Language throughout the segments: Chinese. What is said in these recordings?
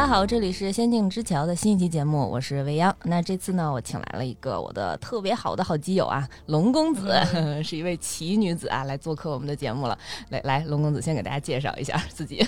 家好，这里是仙境之桥的新一期节目，我是未央。那这次呢，我请来了一个我的特别好的好基友啊，龙公子，是一位奇女子啊，来做客我们的节目了。来，龙公子先给大家介绍一下自己。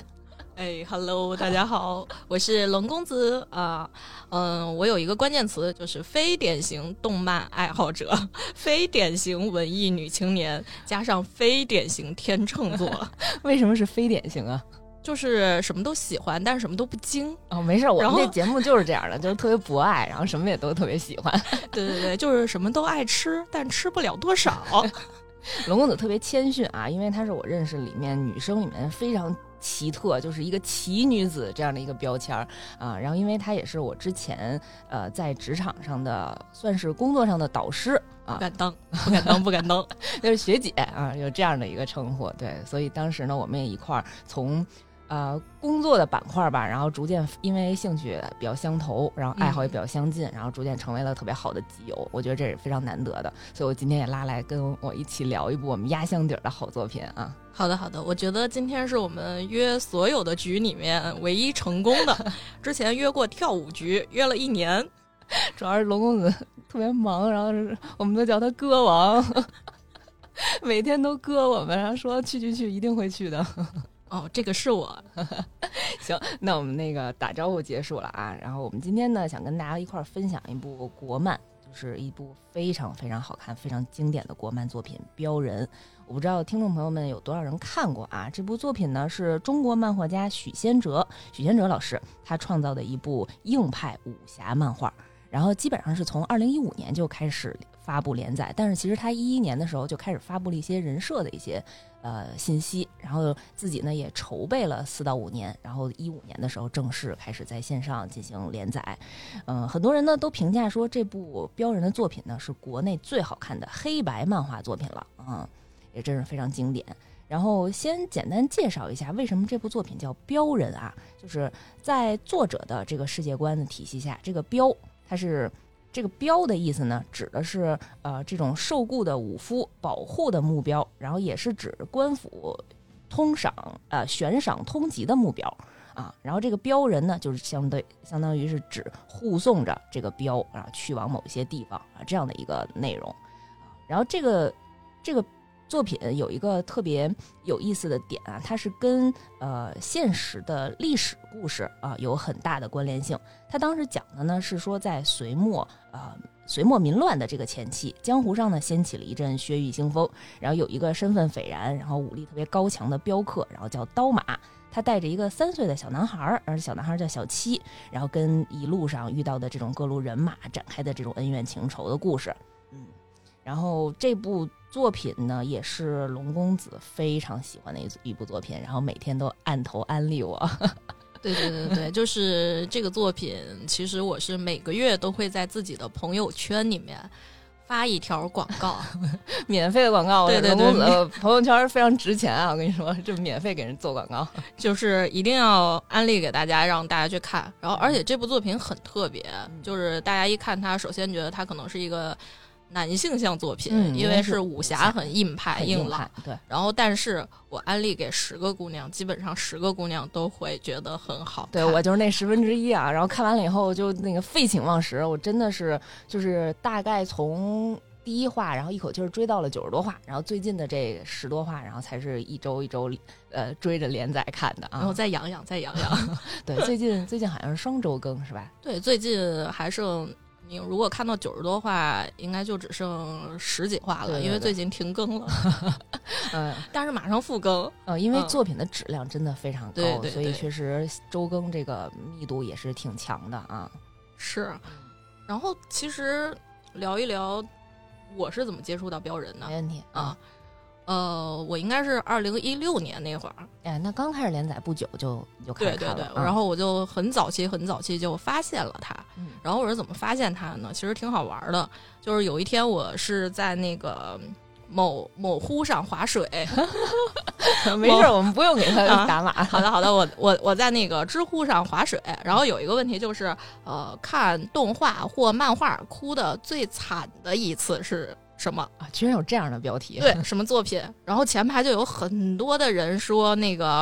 Hello， 大家好，我是龙公子啊。我有一个关键词，就是非典型动漫爱好者，非典型文艺女青年，加上非典型天秤座。 为什么是非典型啊？ 就是什么都喜欢，但是什么都不精。 没事，我们这节目就是这样的，就是特别博爱，然后什么也都特别喜欢。 对，就是什么都爱吃，但吃不了多少。 龙公子特别谦逊啊，因为她是我认识里面女生里面非常奇特，就是一个奇女子这样的一个标签啊。然后因为她也是我之前在职场上的算是工作上的导师啊， 不敢当， 就是学姐啊，有这样的一个称呼。对，所以当时呢，我们也一块儿从工作的板块吧，然后逐渐因为兴趣比较相投，然后爱好也比较相近，然后逐渐成为了特别好的基友。我觉得这也非常难得的，所以我今天也拉来跟我一起聊一部我们压箱底的好作品啊。 好的，我觉得今天是我们约所有的局里面唯一成功的。之前约过跳舞局，约了1年， 主要是龙公子特别忙，然后我们都叫他歌王，每天都歌我们，然后说去，一定会去的。 这个是我。 行，那我们那个打招呼结束了啊。然后我们今天呢，想跟大家一块儿分享一部国漫，就是一部非常非常好看、非常经典的国漫作品《镖人》。我不知道听众朋友们有多少人看过啊？这部作品呢是中国漫画家许仙哲老师他创造的一部硬派武侠漫画，然后基本上是从2015年就开始发布连载，但是其实他2011年的时候就开始发布了一些人设的一些信息，然后自己呢也筹备了4到5年，然后15年的时候正式开始在线上进行连载。很多人呢都评价说这部镖人的作品呢是国内最好看的黑白漫画作品了，也真是非常经典。然后先简单介绍一下为什么这部作品叫镖人啊，就是在作者的这个世界观的体系下，这个镖它是这个镖的意思呢，指的是这种受雇的武夫保护的目标，然后也是指官府悬赏通缉的目标啊。然后这个镖人呢，就是相当于是指护送着这个镖啊去往某些地方啊这样的一个内容。然后这个作品有一个特别有意思的点啊，它是跟现实的历史故事啊有很大的关联性。它当时讲的呢是说，在隋末民乱的这个前期，江湖上呢掀起了一阵血雨腥风，然后有一个身份斐然，然后武力特别高强的镖客，然后叫刀马，他带着一个3岁的小男孩，而小男孩叫小七，然后跟一路上遇到的这种各路人马展开的这种恩怨情仇的故事。然后这部作品呢也是龙公子非常喜欢的一部作品，然后每天都按头安利我。 对，就是这个作品其实我是每个月都会在自己的朋友圈里面发一条广告。 免费的广告。 对， 龙公子朋友圈非常值钱啊，我跟你说，这免费给人做广告， 就是一定要安利给大家，让大家去看。然后而且这部作品很特别，就是大家一看它，首先觉得它可能是一个男性向作品，因为是武侠很硬派硬朗， 对。 然后但是我安利给10个姑娘，基本上10个姑娘都会觉得很好看。 对，我就是那1/10啊。然后看完了以后就那个废寝忘食，我真的是就是大概从第1话然后一口气追到了90多话，然后最近的这10多话，然后才是一周追着连载看的啊。 然后再养养对，最近好像是双周更是吧？ 对，最近还剩你如果看到90多话，应该就只剩10几话了， 对， 因为最近停更了。但是马上复更。 因为作品的质量真的非常高， 对， 所以确实周更这个密度也是挺强的啊。 是，然后其实聊一聊我是怎么接触到镖人的。 没问题啊。我应该是2016年那会儿， 那刚开始连载不久就开始看了。 对，然后我就很早期就发现了它。然后我是怎么发现它的呢？其实挺好玩的，就是有一天我是在那个某乎上划水。 没事，我们不用给他打码。 好的，我在那个知乎上划水，然后有一个问题就是，看动画或漫画哭的最惨的一次是什么啊？居然有这样的标题？ 对，什么作品？然后前排就有很多的人说那个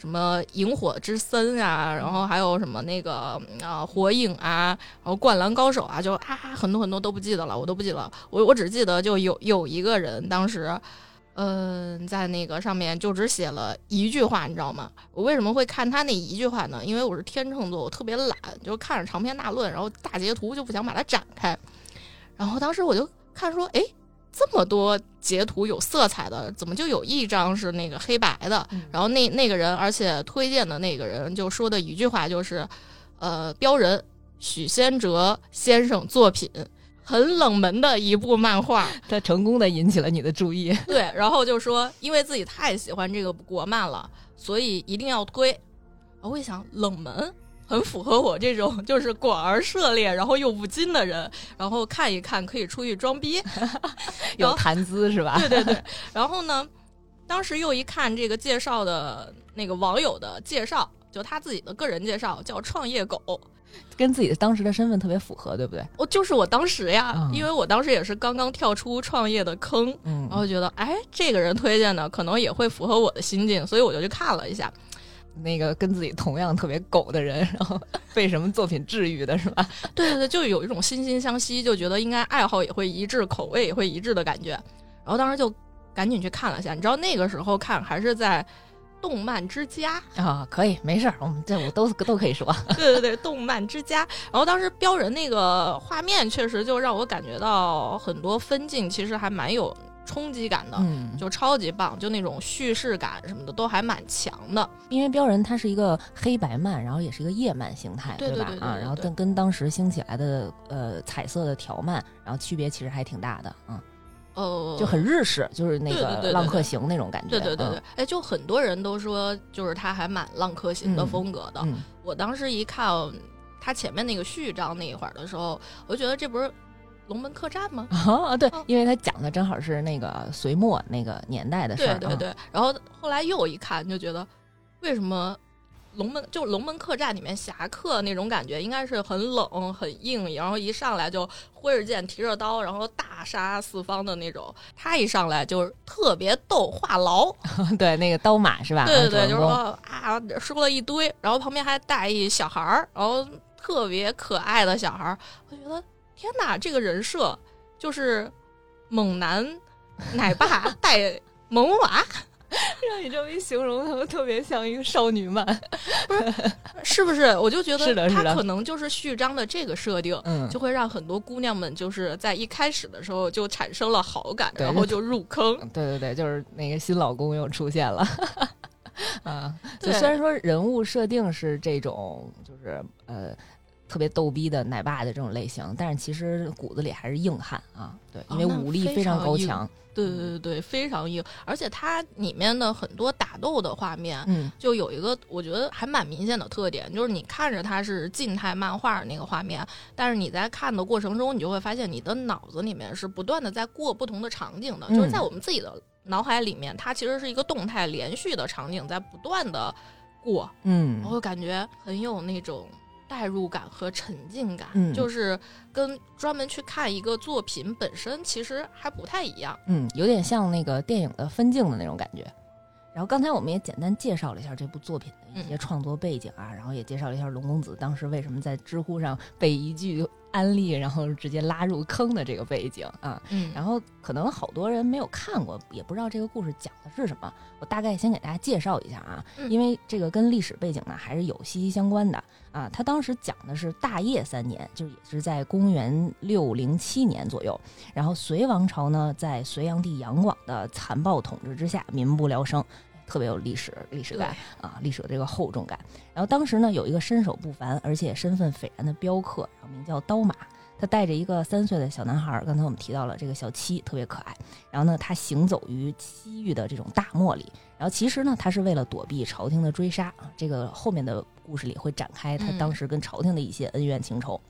什么萤火之森啊，然后还有什么那个火影啊，然后灌篮高手啊，就很多很多都不记得了，我都不记得了，我只记得就有一个人当时在那个上面就只写了一句话，你知道吗？我为什么会看他那一句话呢？因为我是天秤座，我特别懒，就看着长篇大论，然后大截图就不想把它展开。然后当时我就看说，这么多截图有色彩的，怎么就有一张是那个黑白的？然后那个人，而且推荐的那个人就说的一句话就是，标人许仙哲先生作品。很冷门的一部漫画， 他成功的引起了你的注意。 对，然后就说因为自己太喜欢这个国漫了，所以一定要推。然后我一想，冷门很符合我这种就是广而涉猎然后又不精的人，然后看一看可以出去装逼有谈资是吧？ 对对对。然后呢，当时又一看这个介绍的那个网友的介绍，就他自己的个人介绍叫创业狗， 跟自己当时的身份特别符合，对不对？ 就是我当时呀，因为我当时也是刚刚跳出创业的坑，然后觉得这个人推荐的可能也会符合我的心境，所以我就去看了一下。 那个跟自己同样特别狗的人，然后被什么作品治愈的是吧？ 对对对，就有一种惺惺相惜，就觉得应该爱好也会一致，口味也会一致的感觉。然后当时就赶紧去看了一下，你知道那个时候看还是在动漫之家可以，没事，我们这我都可以说。 对对对，动漫之家。然后当时标人那个画面确实就让我感觉到很多分镜其实还蛮有冲击感的，就超级棒，就那种叙事感什么的都还蛮强的。 因为标人它是一个黑白漫，然后也是一个页漫形态， 对吧？然后跟当时兴起来的彩色的条漫，然后区别其实还挺大的，就很日式，就是那个浪客行那种感觉。 对对对对，就很多人都说，就是他还蛮浪客行的风格的。我当时一看他前面那个序章那一会儿的时候，我就觉得这不是龙门客栈吗？ 对，因为他讲的正好是那个隋末那个年代的事儿。 对对对。然后后来又一看，就觉得为什么龙门客栈里面侠客那种感觉应该是很冷很硬，然后一上来就挥着剑提着刀，然后大杀四方的那种。他一上来就是特别逗话痨对，那个刀马是吧？ 对对对，就是说说了一堆，然后旁边还带一小孩儿，然后特别可爱的小孩儿。我觉得天哪，这个人设就是猛男奶爸带萌娃让你这么一形容，他们特别像一个少女漫， 是不是？我就觉是得他可能就是序章的这个设定，就会让很多姑娘们就是在一开始的时候就产生了好感，然后就入坑。 对对对，就是那个新老公又出现了。就虽然说人物设定是这种，就是特别逗逼的奶爸的这种类型，但是其实骨子里还是硬汉啊。对，因为武力非常高强。 对对对，非常硬，而且它里面的很多打斗的画面，就有一个我觉得还蛮明显的特点，就是你看着它是静态漫画那个画面，但是你在看的过程中，你就会发现你的脑子里面是不断的在过不同的场景的，就是在我们自己的脑海里面，它其实是一个动态连续的场景在不断的过，然后感觉很有那种代入感和沉浸感，就是跟专门去看一个作品本身其实还不太一样， 有点像那个电影的分镜的那种感觉。然后刚才我们也简单介绍了一下这部作品的一些创作背景啊，然后也介绍了一下龙公子当时为什么在知乎上被一句安利然后直接拉入坑的这个背景啊。然后可能好多人没有看过，也不知道这个故事讲的是什么，我大概先给大家介绍一下啊，因为这个跟历史背景呢还是有息息相关的啊。他当时讲的是大业3年，就是也是在公元607年左右，然后隋王朝呢在隋炀帝杨广的残暴统治之下民不聊生，特别有历史感啊，历史的这个厚重感。然后当时呢有一个身手不凡而且身份斐然的镖客，然后名叫刀马，他带着一个3岁的小男孩，刚才我们提到了这个小七特别可爱，然后呢他行走于西域的这种大漠里，然后其实呢他是为了躲避朝廷的追杀啊，这个后面的故事里会展开他当时跟朝廷的一些恩怨情仇。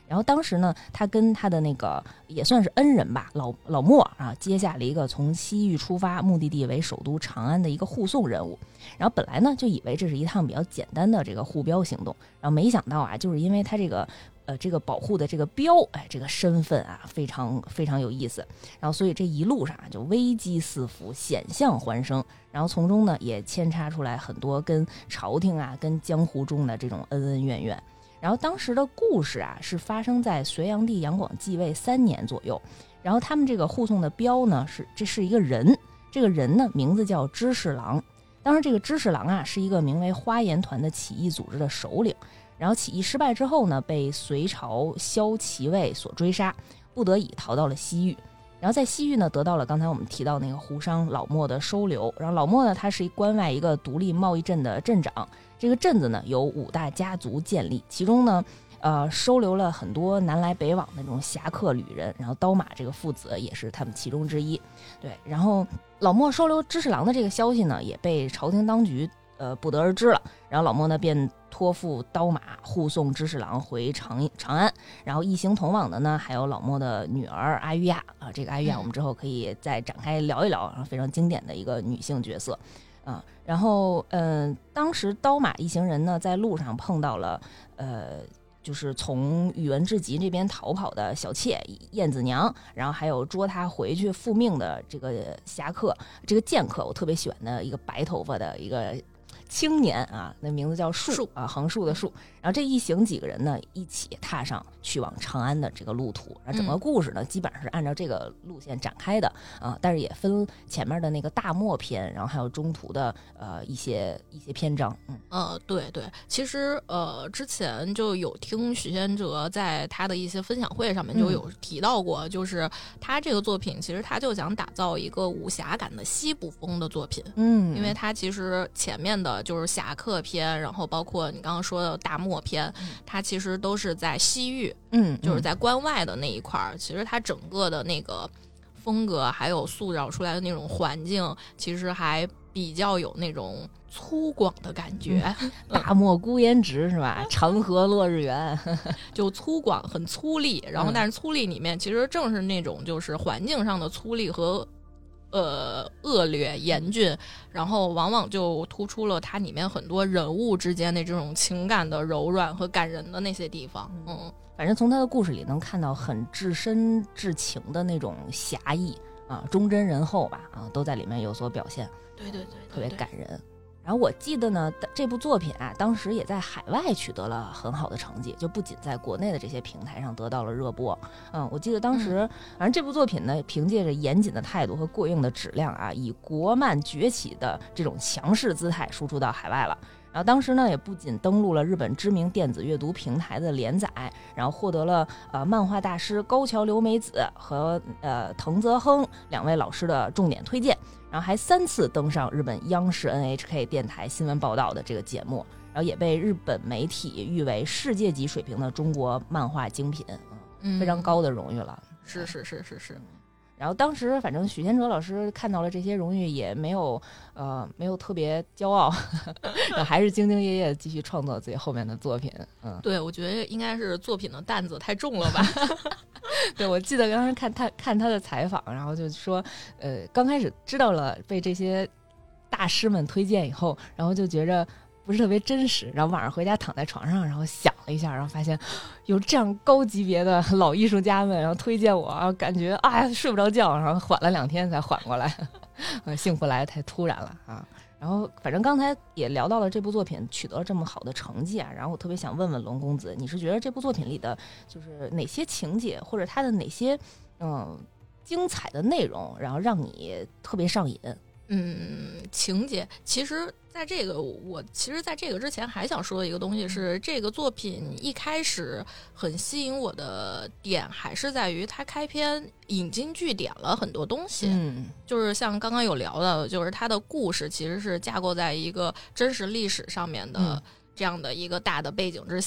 然后当时呢，他跟他的那个也算是恩人吧，老莫啊，接下了一个从西域出发，目的地为首都长安的一个护送任务。然后本来呢，就以为这是一趟比较简单的这个护标行动，然后没想到啊，就是因为他这个保护的这个标，这个身份啊，非常非常有意思。然后所以这一路上啊，就危机四伏，险象环生。然后从中呢，也牵插出来很多跟朝廷啊、跟江湖中的这种恩恩怨怨。然后当时的故事啊，是发生在隋炀帝杨广继位3年左右。然后他们这个护送的标呢，这是一个人，这个人呢名字叫知侍郎。当时这个知侍郎啊，是一个名为花颜团的起义组织的首领。然后起义失败之后呢，被隋朝骁骑卫所追杀，不得已逃到了西域。然后在西域呢，得到了刚才我们提到那个胡商老莫的收留。然后老莫呢，他是关外一个独立贸易镇的镇长。这个镇子呢，由5大家族建立，其中呢，收留了很多南来北往的那种侠客旅人。然后刀马这个父子也是他们其中之一。对，然后老莫收留知侍郎的这个消息呢，也被朝廷当局不得而知了。然后老莫呢，便托付刀马护送知侍郎回长安。然后一行同往的呢，还有老莫的女儿阿育亚啊。这个阿育亚我们之后可以再展开聊一聊，然后非常经典的一个女性角色啊。然后当时刀马一行人呢，在路上碰到了就是从宇文智及这边逃跑的小妾燕子娘，然后还有捉他回去复命的这个侠客，这个剑客，我特别喜欢的一个白头发的一个青年啊，那名字叫树啊，横竖的树。然后这一行几个人呢，一起踏上去往长安的这个路途。然后整个故事呢，基本上是按照这个路线展开的啊，但是也分前面的那个大漠篇，然后还有中途的一些篇章。 对对，其实之前就有听许仙哲在他的一些分享会上面就有提到过，就是他这个作品其实他就想打造一个武侠感的西部风的作品。因为他其实前面的就是侠客篇，然后包括你刚刚说的大漠篇，它其实都是在西域，就是在关外的那一块儿。其实它整个的那个风格还有塑造出来的那种环境，其实还比较有那种粗犷的感觉。 大漠孤烟直是吧？长河落日圆， 就粗犷很粗粝，然后但是粗粝里面其实正是那种就是环境上的粗粝和恶劣严峻，然后往往就突出了它里面很多人物之间的这种情感的柔软和感人的那些地方。 反正从他的故事里能看到很至深至情的那种侠义啊，忠贞仁厚吧啊，都在里面有所表现。 对， 特别感人。然后我记得呢，这部作品啊，当时也在海外取得了很好的成绩，就不仅在国内的这些平台上得到了热播。我记得当时，反正这部作品呢，凭借着严谨的态度和过硬的质量啊，以国漫崛起的这种强势姿态输出到海外了。然后当时呢，也不仅登陆了日本知名电子阅读平台的连载，然后获得了漫画大师高桥留美子和藤泽亨2位老师的重点推荐。然后还3次登上日本央视 NHK 电台新闻报道的这个节目，然后也被日本媒体誉为世界级水平的中国漫画精品，非常高的荣誉了。 是。 然后当时反正许仙哲老师看到了这些荣誉，也没有特别骄傲，然后还是兢兢业业继续创作自己后面的作品。 对，我觉得应该是作品的担子太重了吧。 对，我记得当时看他的采访，然后就说，刚开始知道了被这些大师们推荐以后，然后就觉着不是特别真实，然后晚上回家躺在床上，然后想了一下，然后发现有这样高级别的老艺术家们，然后推荐我，然后感觉睡不着觉，然后缓了2天才缓过来，幸福来得太突然了啊。然后反正刚才也聊到了这部作品取得了这么好的成绩啊，然后我特别想问问龙公子，你是觉得这部作品里的就是哪些情节或者它的哪些精彩的内容，然后让你特别上瘾？ 情节其实在这个之前还想说的一个东西是，这个作品一开始很吸引我的点还是在于它开篇引经据典了很多东西。就是像刚刚有聊到的，就是它的故事其实是架构在一个真实历史上面的这样的一个大的背景之下。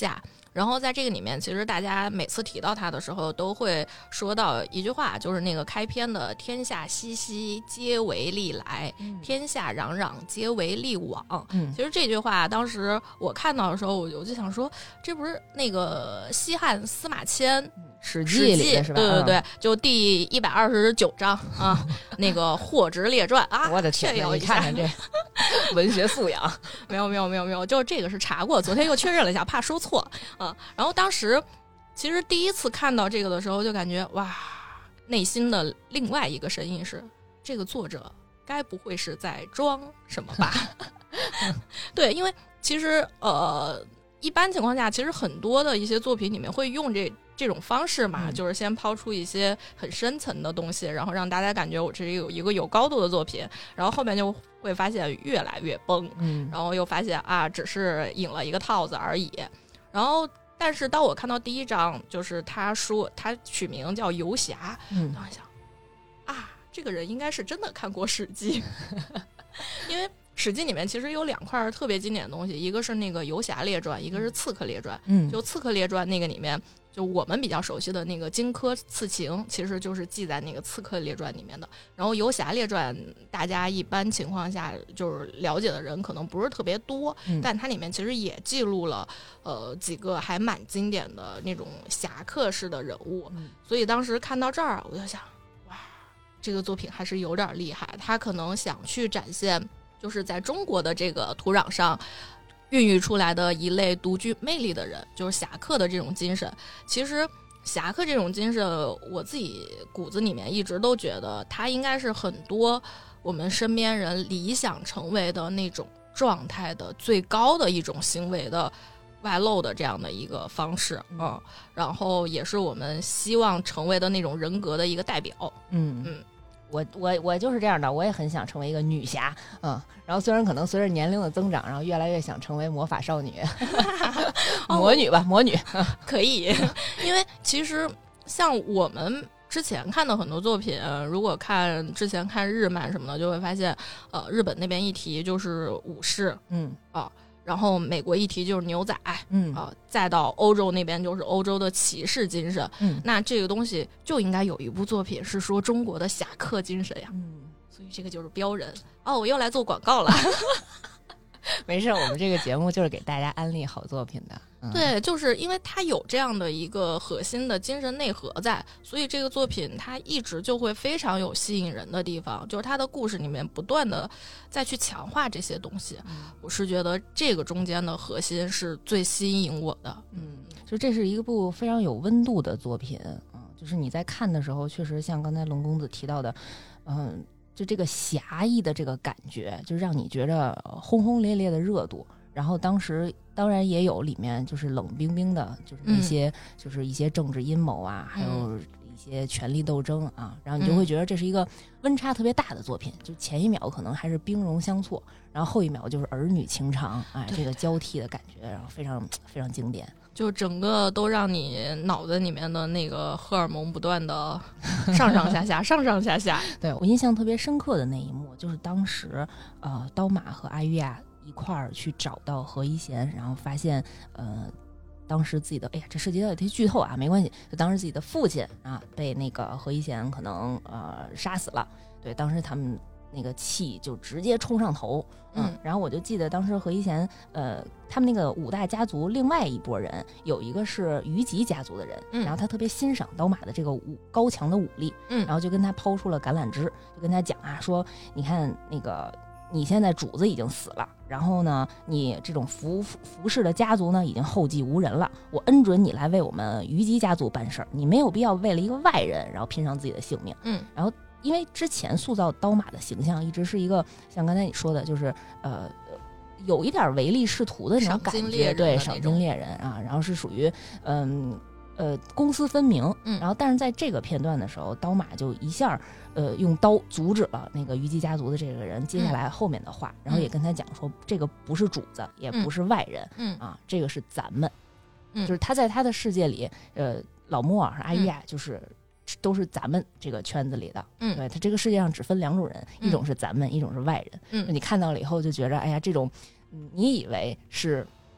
然后在这个里面，其实大家每次提到他的时候，都会说到一句话，就是那个开篇的“天下熙熙，皆为利来；天下攘攘，皆为利往”。其实这句话当时我看到的时候，我就想说，这不是那个西汉司马迁史记里的是吧？ 对对对，就第129章啊，那个《霍职列传》啊， 我的天，你看看这文学素养， 没有，就这个是查过，昨天又确认了一下，怕说错啊。然后当时其实第一次看到这个的时候，就感觉哇，内心的另外一个深意是，这个作者该不会是在装什么吧？对，因为其实一般情况下，其实很多的一些作品里面会用这种方式嘛，就是先抛出一些很深层的东西，然后让大家感觉我这是有一个有高度的作品，然后后面就会发现越来越崩，然后又发现啊，只是引了一个套子而已。然后但是当我看到第一章，就是他说他取名叫游侠，当时想啊，这个人应该是真的看过史记。因为史记里面其实有2块特别经典的东西，一个是那个游侠列传，一个是刺客列传。就刺客列传那个里面，就我们比较熟悉的那个荆轲刺秦，其实就是记在那个刺客列传里面的。然后游侠列传，大家一般情况下就是了解的人可能不是特别多，但它里面其实也记录了几个还蛮经典的那种侠客式的人物。所以当时看到这儿，我就想，哇，这个作品还是有点厉害，他可能想去展现就是在中国的这个土壤上孕育出来的一类独具魅力的人，就是侠客的这种精神。其实侠客这种精神，我自己骨子里面一直都觉得他应该是很多我们身边人理想成为的那种状态的最高的一种行为的外露的这样的一个方式。然后也是我们希望成为的那种人格的一个代表。 我就是这样的，我也很想成为一个女侠，然后虽然可能随着年龄的增长，然后越来越想成为魔法少女，魔女吧，魔女可以。因为其实像我们之前看的很多作品，如果之前看日漫什么的，就会发现，日本那边一提就是武士，然后美国一提就是牛仔，再到欧洲那边就是欧洲的骑士精神，那这个东西就应该有一部作品是说中国的侠客精神呀，所以这个就是标人。我又来做广告了。 没事，我们这个节目就是给大家安利好作品的。 对，就是因为它有这样的一个核心的精神内核在，所以这个作品它一直就会非常有吸引人的地方，就是它的故事里面不断的再去强化这些东西。我是觉得这个中间的核心是最吸引我的。 就这是一部非常有温度的作品，就是你在看的时候，确实像刚才龙公子提到的，就这个侠义的这个感觉，就让你觉着轰轰烈烈的热度。然后当时当然也有里面就是冷冰冰的，就是那些就是一些政治阴谋啊，还有一些权力斗争啊，然后你就会觉得这是一个温差特别大的作品，就前一秒可能还是兵戎相错，然后后一秒就是儿女情长，这个交替的感觉，然后非常非常经典。 就整个都让你脑子里面的那个荷尔蒙不断的上上下下上上下下。 对，我印象特别深刻的那一幕就是当时刀马和阿玉亚一块儿去找到何一贤，然后发现当时自己的，哎呀，这涉及到一些剧透啊，没关系，就当时自己的父亲被那个何一贤可能杀死了。对，当时他们那个气就直接冲上头。然后我就记得当时何一贤他们那个5大家族另外一拨人有一个是虞姬家族的人，然后他特别欣赏刀马的这个高强的武力，然后就跟他抛出了橄榄枝，就跟他讲说你看那个你现在主子已经死了，然后呢你这种服氏的家族呢已经后继无人了，我恩准你来为我们虞姬家族办事儿，你没有必要为了一个外人然后拼上自己的性命。然后因为之前塑造刀马的形象一直是一个像刚才你说的，就是有一点唯利是图的那种感觉，对，赏金猎人啊，然后是属于公私分明。然后但是在这个片段的时候，刀马就一下用刀阻止了那个虞姬家族的这个人接下来后面的话，然后也跟他讲说这个不是主子，也不是外人，这个是咱们，就是他在他的世界里，老莫尔和阿玉亚就是都是咱们这个圈子里的，对，他这个世界上只分2种人，一种是咱们，一种是外人。你看到了以后就觉着，哎呀，这种你以为是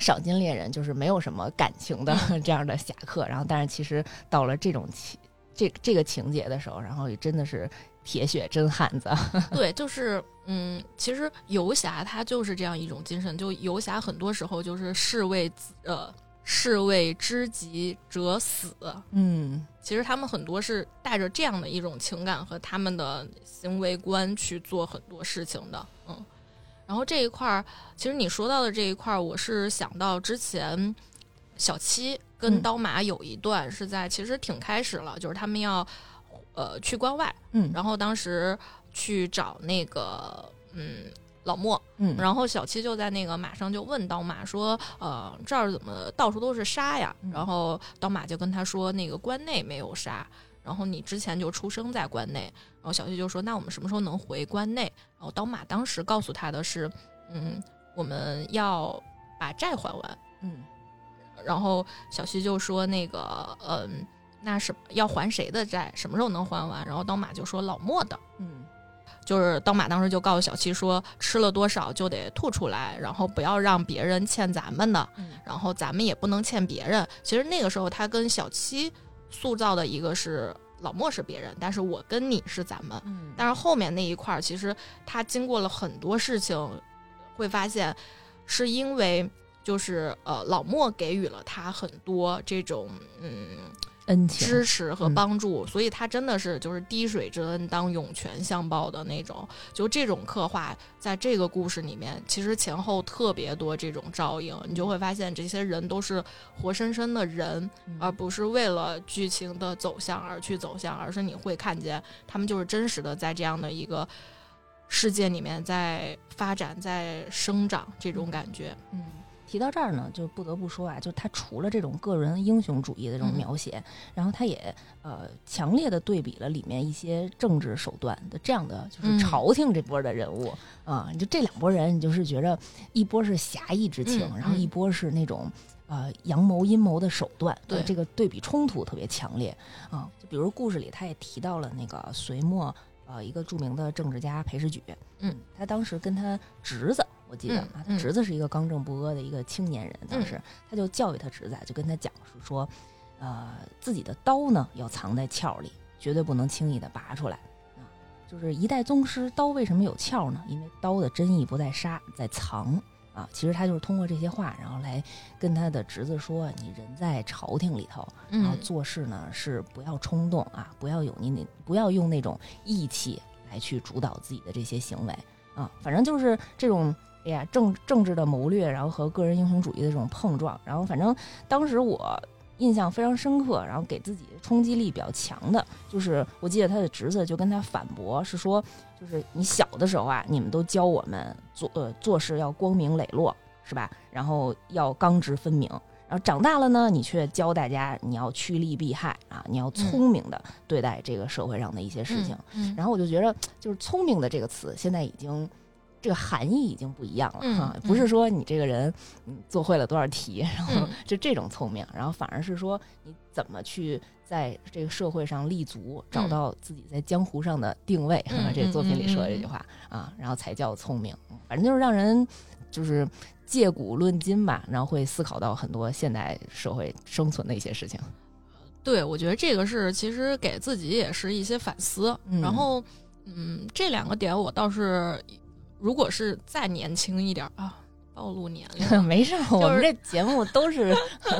赏金猎人，就是没有什么感情的这样的侠客，然后但是其实到了这种这个情节的时候，然后也真的是铁血真汉子。 对，就是其实游侠他就是这样一种精神，就游侠很多时候就是士为知己者死。其实他们很多是带着这样的一种情感和他们的行为观去做很多事情的。然后这一块其实你说到的这一块，我是想到之前小七跟刀马有一段是在其实挺开始了，就是他们要去关外，然后当时去找那个老莫，然后小七就在那个马上就问刀马说这儿怎么到处都是沙呀？然后刀马就跟他说那个关内没有沙，然后你之前就出生在关内。然后小七就说那我们什么时候能回关内？然后刀马当时告诉他的是我们要把债还完。然后小七就说那个那是要还谁的债，什么时候能还完？然后刀马就说老莫的。就是刀马当时就告诉小七说吃了多少就得吐出来，然后不要让别人欠咱们的，然后咱们也不能欠别人。其实那个时候他跟小七塑造的一个是老莫是别人，但是我跟你是咱们。但是后面那一块其实他经过了很多事情，会发现是因为就是老莫给予了他很多这种恩情支持和帮助，所以他真的是就是滴水之恩当涌泉相报的那种。就这种刻画在这个故事里面其实前后特别多这种照应，你就会发现这些人都是活生生的人，而不是为了剧情的走向而去走向，而是你会看见他们就是真实的在这样的一个世界里面在发展在生长这种感觉。 提到这儿呢，就不得不说啊，就他除了这种个人英雄主义的这种描写，然后他也强烈的对比了里面一些政治手段的这样的就是朝廷这波的人物你就这两拨人，你就是觉着一波是侠义之情，然后一波是那种阳谋阴谋的手段， 对这个对比冲突特别强烈就比如故事里他也提到了那个隋末一个著名的政治家裴时举，他当时跟他侄子。我记得他侄子是一个刚正不阿的一个青年人，当时他就教育他侄子，就跟他讲说自己的刀呢要藏在鞘里，绝对不能轻易的拔出来就是一代宗师，刀为什么有鞘呢？因为刀的真意不在杀，在藏其实他就是通过这些话，然后来跟他的侄子说，你人在朝廷里头，然后做事呢是不要冲动不要用那种义气来去主导自己的这些行为反正就是这种政治的谋略，然后和个人英雄主义的这种碰撞，然后反正当时我印象非常深刻，然后给自己冲击力比较强的，就是我记得他的侄子就跟他反驳，是说就是你小的时候你们都教我们做事要光明磊落，是吧？然后要刚直分明，然后长大了呢，你却教大家你要趋利避害你要聪明的对待这个社会上的一些事情。然后我就觉得，就是聪明的这个词现在已经这个含义已经不一样了不是说你这个人做会了多少题，然后就这种聪明，然后反而是说你怎么去在这个社会上立足，找到自己在江湖上的定位这作品里说的这句话然后才叫聪明。反正就是让人就是借古论今吧，然后会思考到很多现代社会生存的一些事情。 对，我觉得这个是其实给自己也是一些反思然后这两个点我倒是如果是再年轻一点暴露年龄没事我们这节目都是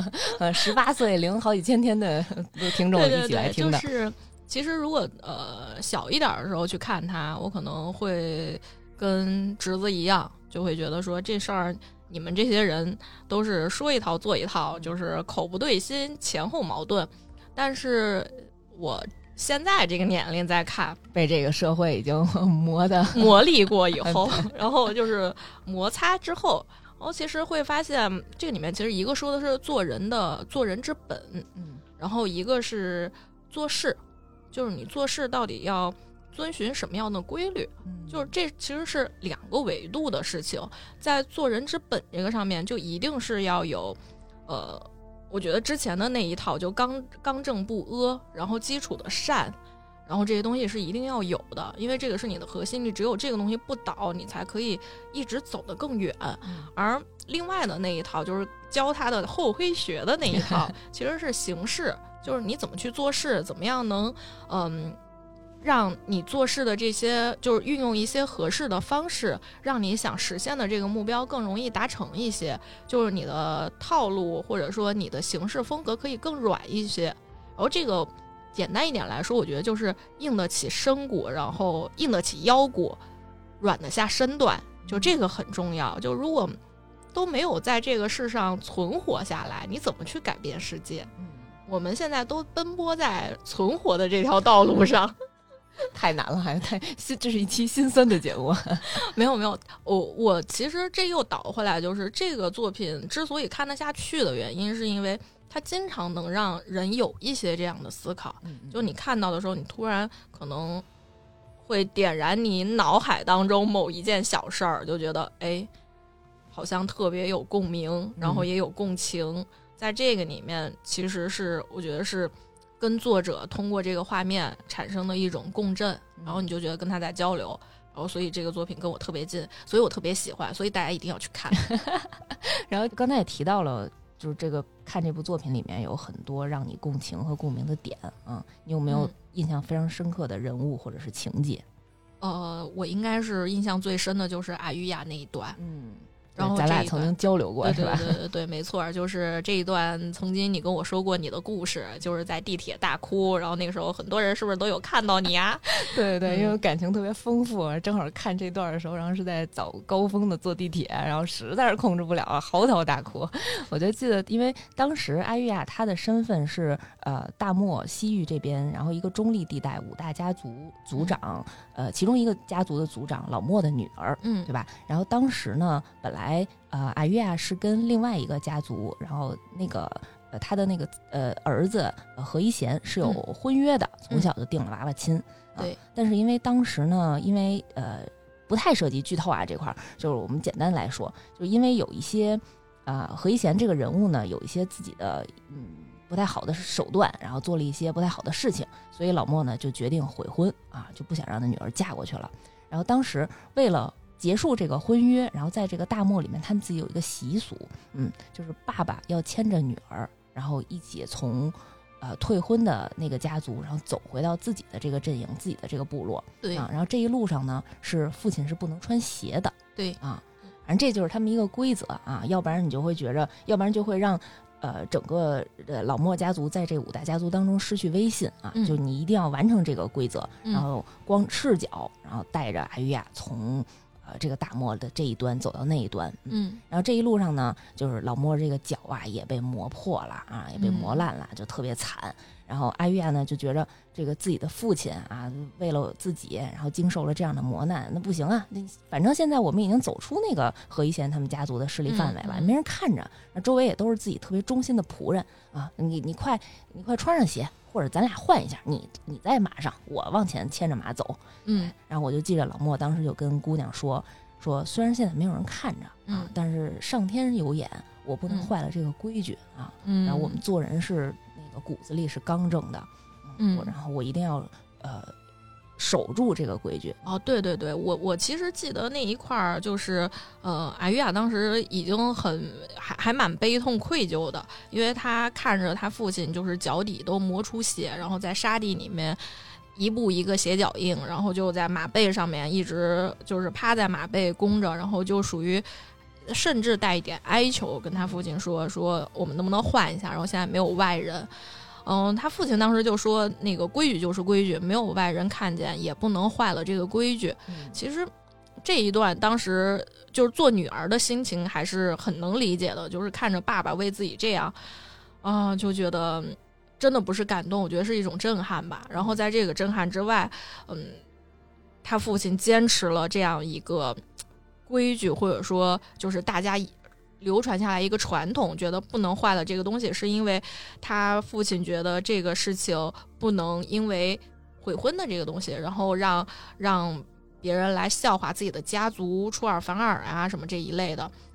18岁零好几千天的听众一起来听的。 就是其实如果小一点的时候去看它，我可能会跟侄子一样，就会觉得说这事儿你们这些人都是说一套做一套，就是口不对心，前后矛盾。但是我现在这个年龄在看， 被这个社会已经磨砺过以后然后就是摩擦之后，然后其实会发现这个里面其实一个说的是做人之本然后一个是做事，就是你做事到底要遵循什么样的规律就是这其实是两个维度的事情。在做人之本这个上面就一定是要有我觉得之前的那一套就刚正不阿，然后基础的善， 然后这些东西是一定要有的，因为这个是你的核心，你只有这个东西不倒，你才可以一直走得更远。而另外的那一套就是教他的厚黑学的那一套其实是形式，就是你怎么去做事，怎么样能让你做事的这些，就是运用一些合适的方式，让你想实现的这个目标更容易达成一些，就是你的套路或者说你的行事风格可以更软一些。然后这个简单一点来说，我觉得就是硬得起身骨，然后硬得起腰骨，软得下身段，就这个很重要。就如果都没有在这个世上存活下来，你怎么去改变世界？我们现在都奔波在存活的这条道路上太难了，还这是一期心酸的节目。 没有，我其实这又倒回来，就是这个作品之所以看得下去的原因，是因为它经常能让人有一些这样的思考。就你看到的时候，你突然可能会点燃你脑海当中某一件小事儿，就觉得哎，好像特别有共鸣，然后也有共情。在这个里面，其实是我觉得是跟作者通过这个画面产生的一种共振，然后你就觉得跟他在交流，然后所以这个作品跟我特别近，所以我特别喜欢，所以大家一定要去看。 然后刚才也提到了，就是这个看这部作品里面有很多让你共情和共鸣的点啊，你有没有印象非常深刻的人物或者是情节？ 我应该是印象最深的就是阿玉亚那一段。然后咱俩曾经交流过，是吧？ 对，没错，就是这一段曾经你跟我说过你的故事，就是在地铁大哭，然后那个时候很多人是不是都有看到你啊？ 对，因为感情特别丰富，正好看这段的时候，然后是在早高峰的坐地铁，然后实在是控制不了，嚎啕大哭。我就记得，因为当时阿玉亚她的身份是大漠西域这边，然后一个中立地带5大家族族长，其中一个家族的族长老莫的女儿，对吧？然后当时呢，本来阿玉亚是跟另外一个家族，然后那个他的那个儿子何一贤是有婚约的，从小就定了娃娃亲。 对， 但是因为当时呢，因为不太涉及剧透啊这块，就是我们简单来说，就因为有一些何一贤这个人物呢，有一些自己的不太好的手段，然后做了一些不太好的事情，所以老莫呢就决定悔婚啊，就不想让他女儿嫁过去了。然后当时为了结束这个婚约，然后在这个大漠里面，他们自己有一个习俗，就是爸爸要牵着女儿，然后一起从退婚的那个家族，然后走回到自己的这个阵营，自己的这个部落。 对然后这一路上呢，是父亲是不能穿鞋的。 对反正这就是他们一个规则啊，要不然你就会觉着，要不然就会让整个老莫家族在这5大家族当中失去威信啊，就你一定要完成这个规则，然后光赤脚，然后带着阿玉亚从这个大漠的这一端走到那一端，然后这一路上呢，就是老莫这个脚啊也被磨破了啊，也被磨烂了，就特别惨。然后阿玉亚呢就觉着这个自己的父亲啊，为了自己，然后经受了这样的磨难，那不行啊，反正现在我们已经走出那个何一贤他们家族的势力范围了，没人看着，那周围也都是自己特别忠心的仆人啊，你快穿上鞋，或者咱俩换一下，你在马上，我往前牵着马走。然后我就记着老莫当时就跟姑娘说，虽然现在没有人看着啊，但是上天有眼，我不能坏了这个规矩啊。然后我们做人是那个骨子里是刚正的，然后我一定要守住这个规矩。 对，我其实记得那一块儿，就是阿玉亚当时已经还蛮悲痛愧疚的，因为他看着他父亲就是脚底都磨出血，然后在沙地里面一步一个鞋脚印，然后就在马背上面一直就是趴在马背弓着，然后就属于甚至带一点哀求，跟他父亲说我们能不能换一下，然后现在没有外人。他父亲当时就说那个规矩就是规矩，没有外人看见也不能坏了这个规矩。其实这一段当时就是做女儿的心情还是很能理解的，就是看着爸爸为自己这样就觉得真的不是感动，我觉得是一种震撼吧。然后在这个震撼之外，他父亲坚持了这样一个规矩，或者说就是大家流传下来一个传统，觉得不能坏了这个东西，是因为他父亲觉得这个事情不能因为悔婚的这个东西，然后让别人来笑话自己的家族，出尔反尔啊什么这一类的。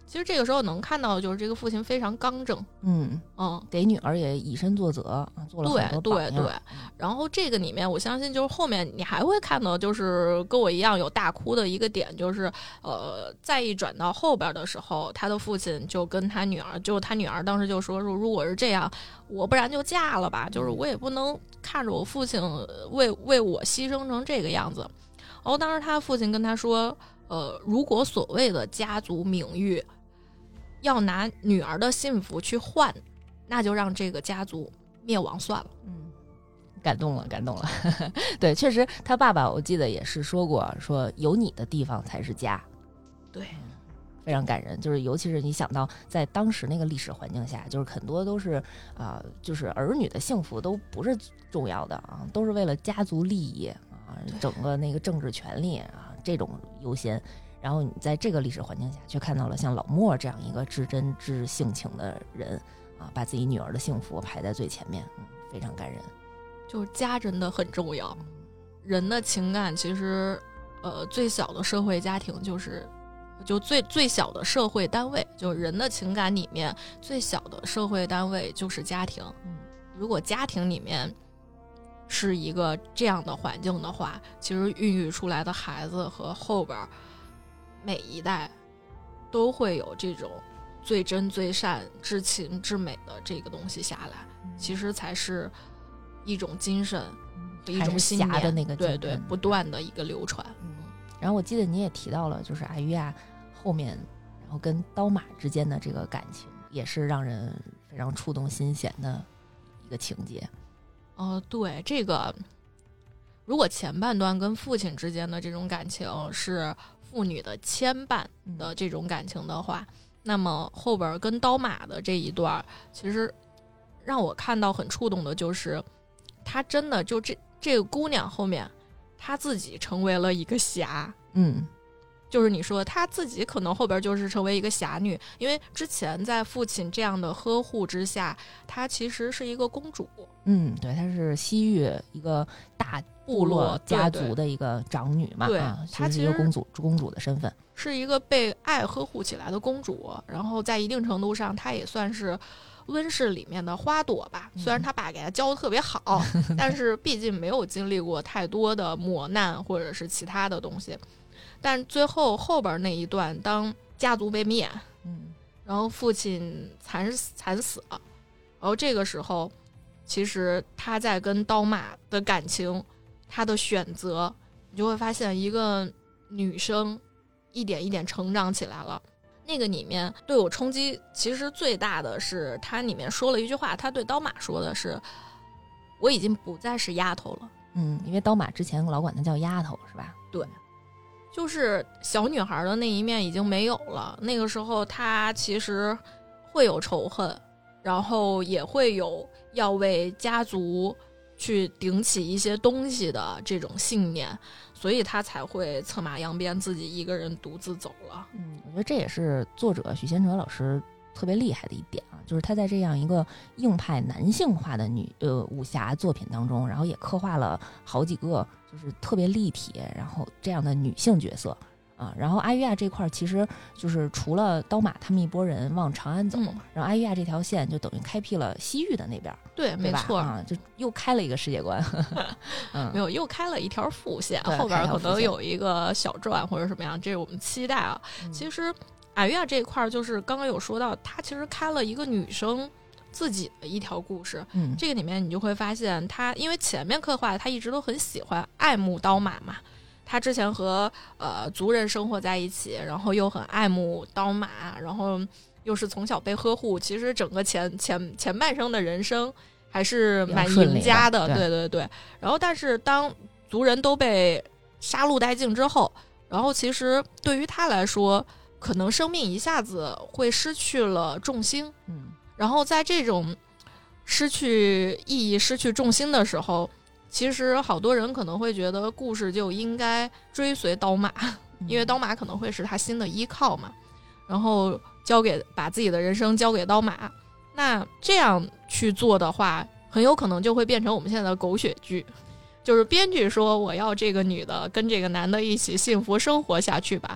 其实这个时候能看到，就是这个父亲非常刚正， 给女儿也以身作则，做了很多榜样。 对。然后这个里面，我相信就是后面你还会看到，就是跟我一样有大哭的一个点，就是再一转到后边的时候，他的父亲就跟他女儿，就他女儿当时就说，如果是这样，我不然就嫁了吧，就是我也不能看着我父亲为我牺牲成这个样子。然后当时他父亲跟他说，如果所谓的家族名誉要拿女儿的幸福去换，那就让这个家族灭亡算了。 感动了对，确实他爸爸我记得也是说过，说有你的地方才是家。 对， 非常感人。就是尤其是你想到在当时那个历史环境下，就是很多都是就是儿女的幸福都不是重要的啊，都是为了家族利益啊，整个那个政治权利啊这种优先。然后你在这个历史环境下，却看到了像老莫这样一个至真至性情的人啊，把自己女儿的幸福排在最前面，非常感人。 就是家真的很重要，人的情感其实，最小的社会家庭就最小的社会单位，就是人的情感里面最小的社会单位就是家庭。如果家庭里面是一个这样的环境的话，其实孕育出来的孩子和后边每一代都会有这种最真最善至情至美的这个东西下来，其实才是一种精神和一种信念的那个对不断的一个流传。 然后我记得你也提到了，就是阿于亚后面然后跟刀马之间的这个感情也是让人非常触动心弦的一个情节。 对，这个如果前半段跟父亲之间的这种感情是父女的牵绊的这种感情的话，那么后边跟刀马的这一段，其实让我看到很触动的就是她真的就这个姑娘后面她自己成为了一个侠。就是你说她自己可能后边就是成为一个侠女，因为之前在父亲这样的呵护之下，她其实是一个公主。 对，她是西域一个大部落家族的一个长女嘛， 对， 她是一个公主的身份， 是一个被爱呵护起来的公主。然后在一定程度上，她也算是温室里面的花朵吧。虽然她爸给她教的特别好，但是毕竟没有经历过太多的磨难或者是其他的东西。但最后边那一段，当家族被灭，然后父亲惨死了，然后这个时候其实他在跟刀马的感情，他的选择，你就会发现一个女生一点一点成长起来了。那个里面对我冲击其实最大的是他里面说了一句话，他对刀马说的是，我已经不再是丫头了。 因为刀马之前老管她叫丫头是吧？ 对，就是小女孩的那一面已经没有了。那个时候她其实会有仇恨，然后也会有要为家族去顶起一些东西的这种信念，所以她才会策马扬鞭，自己一个人独自走了。 我觉得这也是作者许仙哲老师特别厉害的一点啊，就是他在这样一个硬派男性化的武侠作品当中，然后也刻画了好几个就是特别立体然后这样的女性角色啊。然后阿于亚这块其实就是除了刀马他们一拨人往长安走，然后阿于亚这条线就等于开辟了西域的那边， 对，没错就又开了一个世界观。 没有，又开了一条副线，后边可能有一个小传或者什么样，这是我们期待啊。其实阿于亚这一块就是刚刚有说到，他其实开了一个女生自己的一条故事。这个里面你就会发现他因为前面刻画他一直都很喜欢爱慕刀马嘛，他之前和族人生活在一起，然后又很爱慕刀马，然后又是从小被呵护，其实整个前半生的人生还是蛮赢家的。对。然后但是当族人都被杀戮殆尽之后，然后其实对于他来说，可能生命一下子会失去了重心。然后在这种失去意义失去重心的时候，其实好多人可能会觉得故事就应该追随刀马，因为刀马可能会是他新的依靠嘛，然后把自己的人生交给刀马。那这样去做的话，很有可能就会变成我们现在的狗血剧，就是编剧说我要这个女的跟这个男的一起幸福生活下去吧，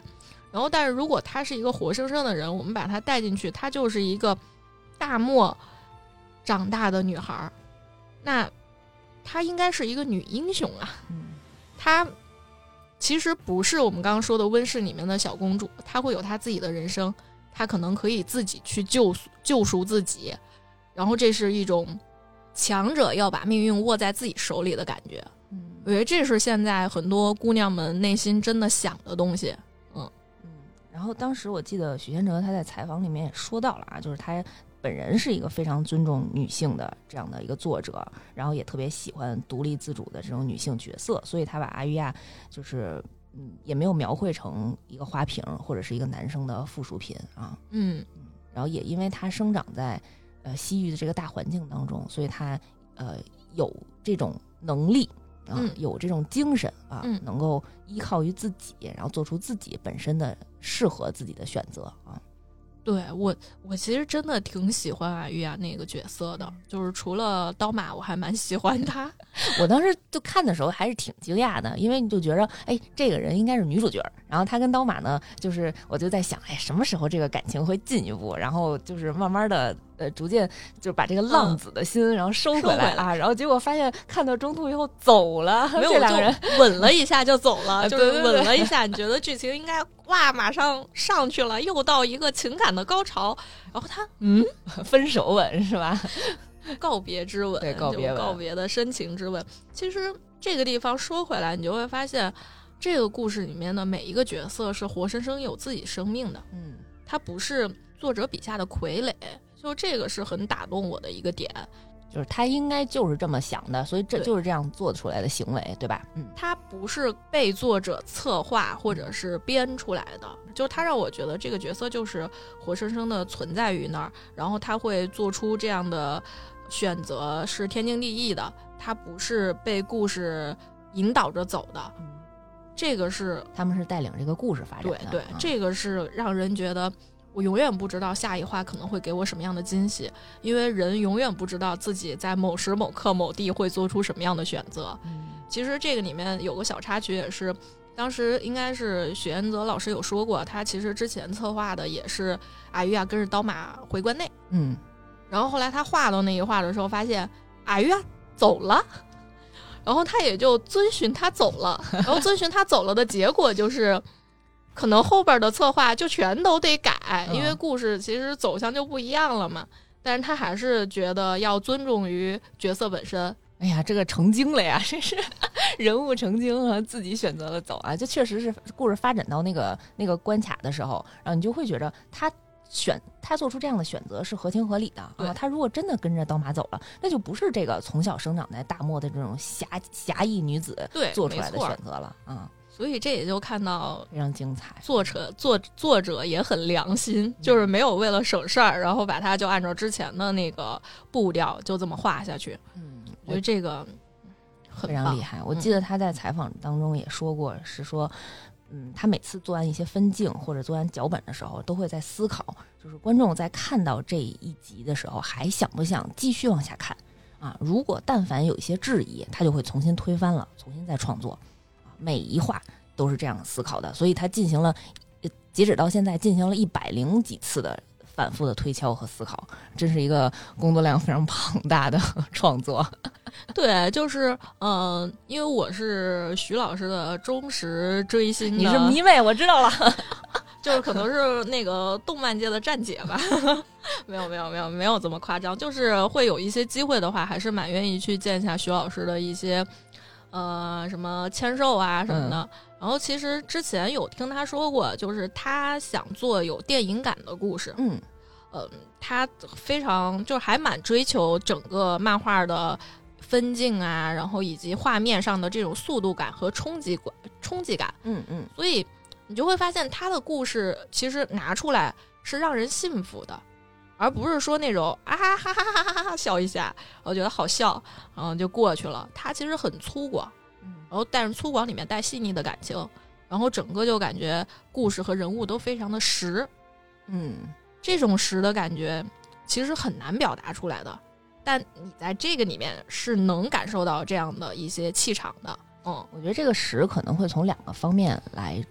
然后但是如果她是一个活生生的人，我们把她带进去，她就是一个大漠长大的女孩，那她应该是一个女英雄啊。她其实不是我们刚刚说的温室里面的小公主，她会有她自己的人生，她可能可以自己去救赎自己，然后这是一种强者要把命运握在自己手里的感觉。我觉得这是现在很多姑娘们内心真的想的东西。 然后当时我记得许仙哲他在采访里面也说到了啊，就是他本人是一个非常尊重女性的这样的一个作者，然后也特别喜欢独立自主的这种女性角色，所以他把阿玉亚就是也没有描绘成一个花瓶或者是一个男生的附属品啊。然后也因为他生长在西域的这个大环境当中，所以他有这种能力有这种精神啊，能够依靠于自己，然后做出自己本身的适合自己的选择啊。 对，我其实真的挺喜欢阿玉亚那个角色的，就是除了刀马我还蛮喜欢他。 我当时就看的时候还是挺惊讶的，因为你就觉得这个人应该是女主角，然后他跟刀马呢，就是我就在想什么时候这个感情会进一步，然后就是慢慢的逐渐就把这个浪子的心然后收回来啊，然后结果发现看到中途以后走了， 没有， 这两个人吻了一下就走了，就是对对对吻了一下，你觉得剧情应该哇马上上去了，又到一个情感的高潮，然后他分手吻是吧？ 告别之吻， 对，告别吻， 告别的深情之吻。其实这个地方说回来，你就会发现这个故事里面的每一个角色是活生生有自己生命的，他不是作者笔下的傀儡，就这个是很打动我的一个点， 就是他应该就是这么想的，所以这就是这样做出来的行为，对吧？ 他不是被作者策划或者是编出来的，就是他让我觉得这个角色就是活生生的存在于那儿，然后他会做出这样的选择是天经地义的，他不是被故事引导着走的，这个是他们是带领这个故事发展的， 对，这个是让人觉得我永远不知道下一话可能会给我什么样的惊喜，因为人永远不知道自己在某时某刻某地会做出什么样的选择。其实这个里面有个小插曲，也是当时应该是许彦泽老师有说过，他其实之前策划的也是阿玉亚跟着刀马回关内，然后后来他画到那一画的时候发现阿玉亚走了，然后他也就遵循他走了，然后遵循他走了的结果就是可能后边的策划就全都得改，因为故事其实走向就不一样了嘛，但是他还是觉得要尊重于角色本身。 哎呀，这个成精了呀，这是人物成精啊，自己选择了走啊，就确实是故事发展到那个关卡的时候，然后你就会觉得他做出这样的选择是合情合理的啊。他如果真的跟着刀马走了，那就不是这个从小生长在大漠的这种侠义女子做出来的选择了啊。 所以这也就看到非常精彩， 作者也很良心，就是没有为了省事儿，然后把它就按照之前的那个步调就这么画下去。我觉得这个很非常厉害。我记得他在采访当中也说过，是说他每次做完一些分镜或者做完脚本的时候，都会在思考，就是观众在看到这一集的时候还想不想继续往下看啊？如果但凡有一些质疑，他就会重新推翻了，重新再创作。每一话都是这样思考的，所以他进行了截止到现在进行了100几次的反复的推敲和思考，真是一个工作量非常庞大的创作。 对，就是因为我是徐老师的忠实追星的， 你是迷妹，我知道了。 就是可能是那个动漫界的站姐吧。没有这么夸张，就是会有一些机会的话还是蛮愿意去见一下徐老师的一些什么签售啊什么的。然后其实之前有听他说过，就是他想做有电影感的故事。他非常就是还蛮追求整个漫画的分镜啊，然后以及画面上的这种速度感和冲击感。所以你就会发现他的故事其实拿出来是让人信服的，而不是说那种啊哈哈哈哈哈哈笑一下我觉得好笑然后就过去了。他其实很粗犷，然后但是粗犷里面带细腻的感情，然后整个就感觉故事和人物都非常的实。这种实的感觉其实很难表达出来的，但你在这个里面是能感受到这样的一些气场的。 我觉得这个实可能会从2个方面来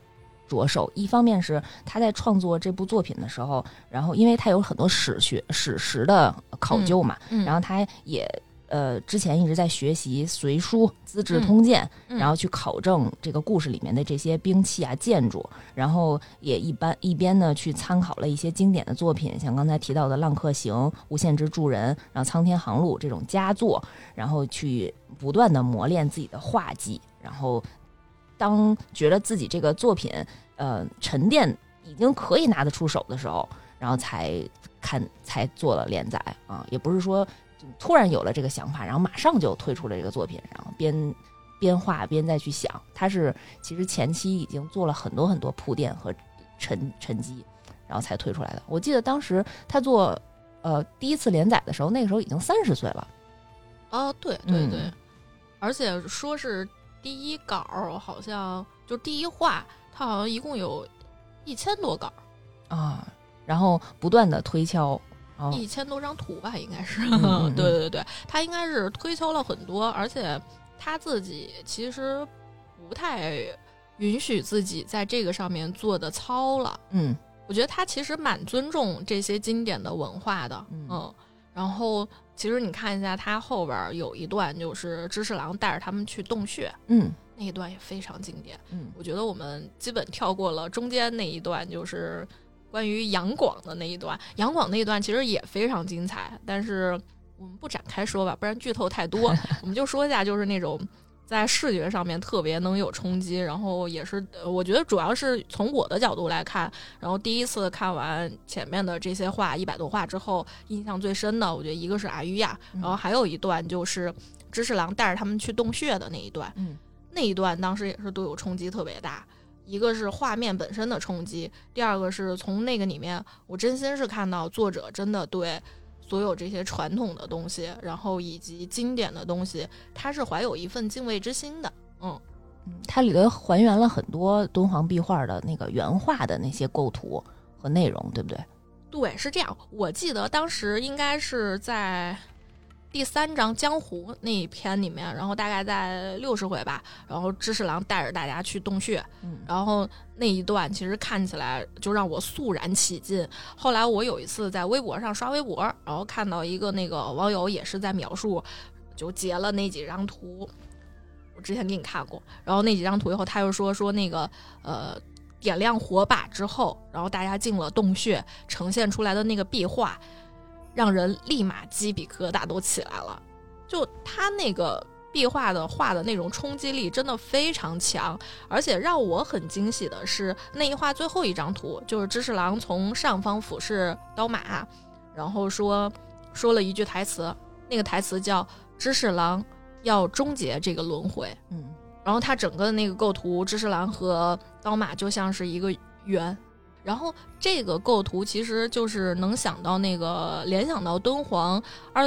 着手。一方面是他在创作这部作品的时候，然后因为他有很多史实的考究嘛，然后他也之前一直在学习隋书《资治通鉴》，然后去考证这个故事里面的这些兵器啊、建筑，然后也一边呢去参考了一些经典的作品，像刚才提到的《浪客行》《无限制助人》然后《苍天航路》这种佳作，然后去不断的磨练自己的画技，然后当觉得自己这个作品沉淀已经可以拿得出手的时候，然后才做了连载啊，也不是说突然有了这个想法，然后马上就推出了这个作品，然后边画边再去想，他是其实前期已经做了很多很多铺垫和沉积，然后才推出来的。我记得当时他做第一次连载的时候，那个时候已经30岁了。 哦，对对对，而且说是第一稿好像就第一话，他好像一共有1000多稿啊，然后不断的推敲。 1000多张图吧，应该是。对对对，他应该是推敲了很多，而且他自己其实不太允许自己在这个上面做的糙了。我觉得他其实蛮尊重这些经典的文化的。然后其实你看一下他后边有一段就是知世郎带着他们去洞穴，那一段也非常经典。我觉得我们基本跳过了中间那一段，就是关于杨广的那一段。杨广那一段其实也非常精彩，但是我们不展开说吧，不然剧透太多。我们就说一下，就是那种在视觉上面特别能有冲击，然后也是我觉得主要是从我的角度来看，然后第一次看完前面的这些话100多话之后，印象最深的我觉得一个是阿玉亚，然后还有一段就是知世郎带着他们去洞穴的那一段。那一段当时也是对我冲击特别大，一个是画面本身的冲击，第二个是从那个里面我真心是看到作者真的对所有这些传统的东西，然后以及经典的东西，他是怀有一份敬畏之心的。 它里头还原了很多敦煌壁画的那个原画的那些构图和内容，对不对？ 对，是这样。我记得当时应该是在第3章江湖那一篇里面，然后大概在60回吧，然后知世郎带着大家去洞穴，然后那一段其实看起来就让我肃然起敬。后来我有一次在微博上刷微博，然后看到一个那个网友也是在描述，就截了那几张图，我之前给你看过，然后那几张图以后他又说那个点亮火把之后，然后大家进了洞穴，呈现出来的那个壁画让人立马鸡皮疙瘩都起来了。就他那个壁画的画的那种冲击力真的非常强，而且让我很惊喜的是那一画最后一张图，就是知世郎从上方俯视刀马，然后说了一句台词，那个台词叫知世郎要终结这个轮回。然后他整个那个构图，知世郎和刀马就像是一个圆，然后这个构图其实就是能想到那个联想到敦煌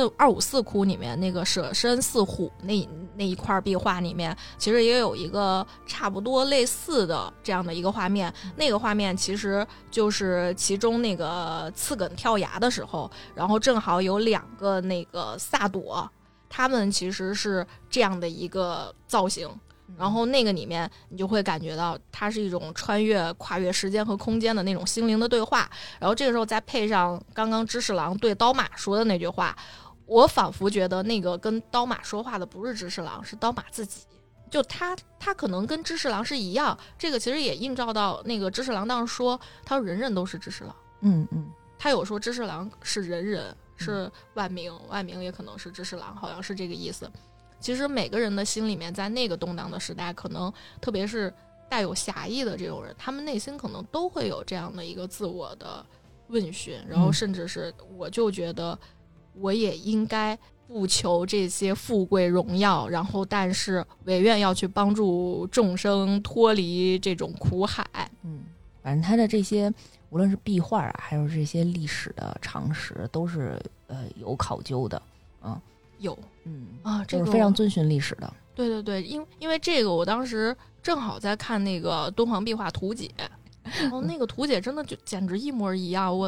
254窟里面那个舍身饲虎那一块壁画里面，其实也有一个差不多类似的这样的一个画面。那个画面其实就是其中那个刺梗跳崖的时候，然后正好有2个那个萨朵，他们其实是这样的一个造型。然后那个里面你就会感觉到它是一种跨越时间和空间的那种心灵的对话，然后这个时候再配上刚刚知世郎对刀马说的那句话，我仿佛觉得那个跟刀马说话的不是知世郎，是刀马自己。就他可能跟知世郎是一样，这个其实也映照到那个知世郎当时说他说人人都是知世郎。他有说知世郎是人人，是万民，万民也可能是知世郎，好像是这个意思。其实每个人的心里面在那个动荡的时代，可能特别是带有侠义的这种人，他们内心可能都会有这样的一个自我的问询，然后甚至是我就觉得我也应该不求这些富贵荣耀，然后但是唯愿要去帮助众生脱离这种苦海。 反正他的这些无论是壁画啊，还有这些历史的常识，都是有考究的。 有这个非常遵循历史的。 对对对，因为这个我当时正好在看那个敦煌壁画图解，然后那个图解真的就简直一模一样。我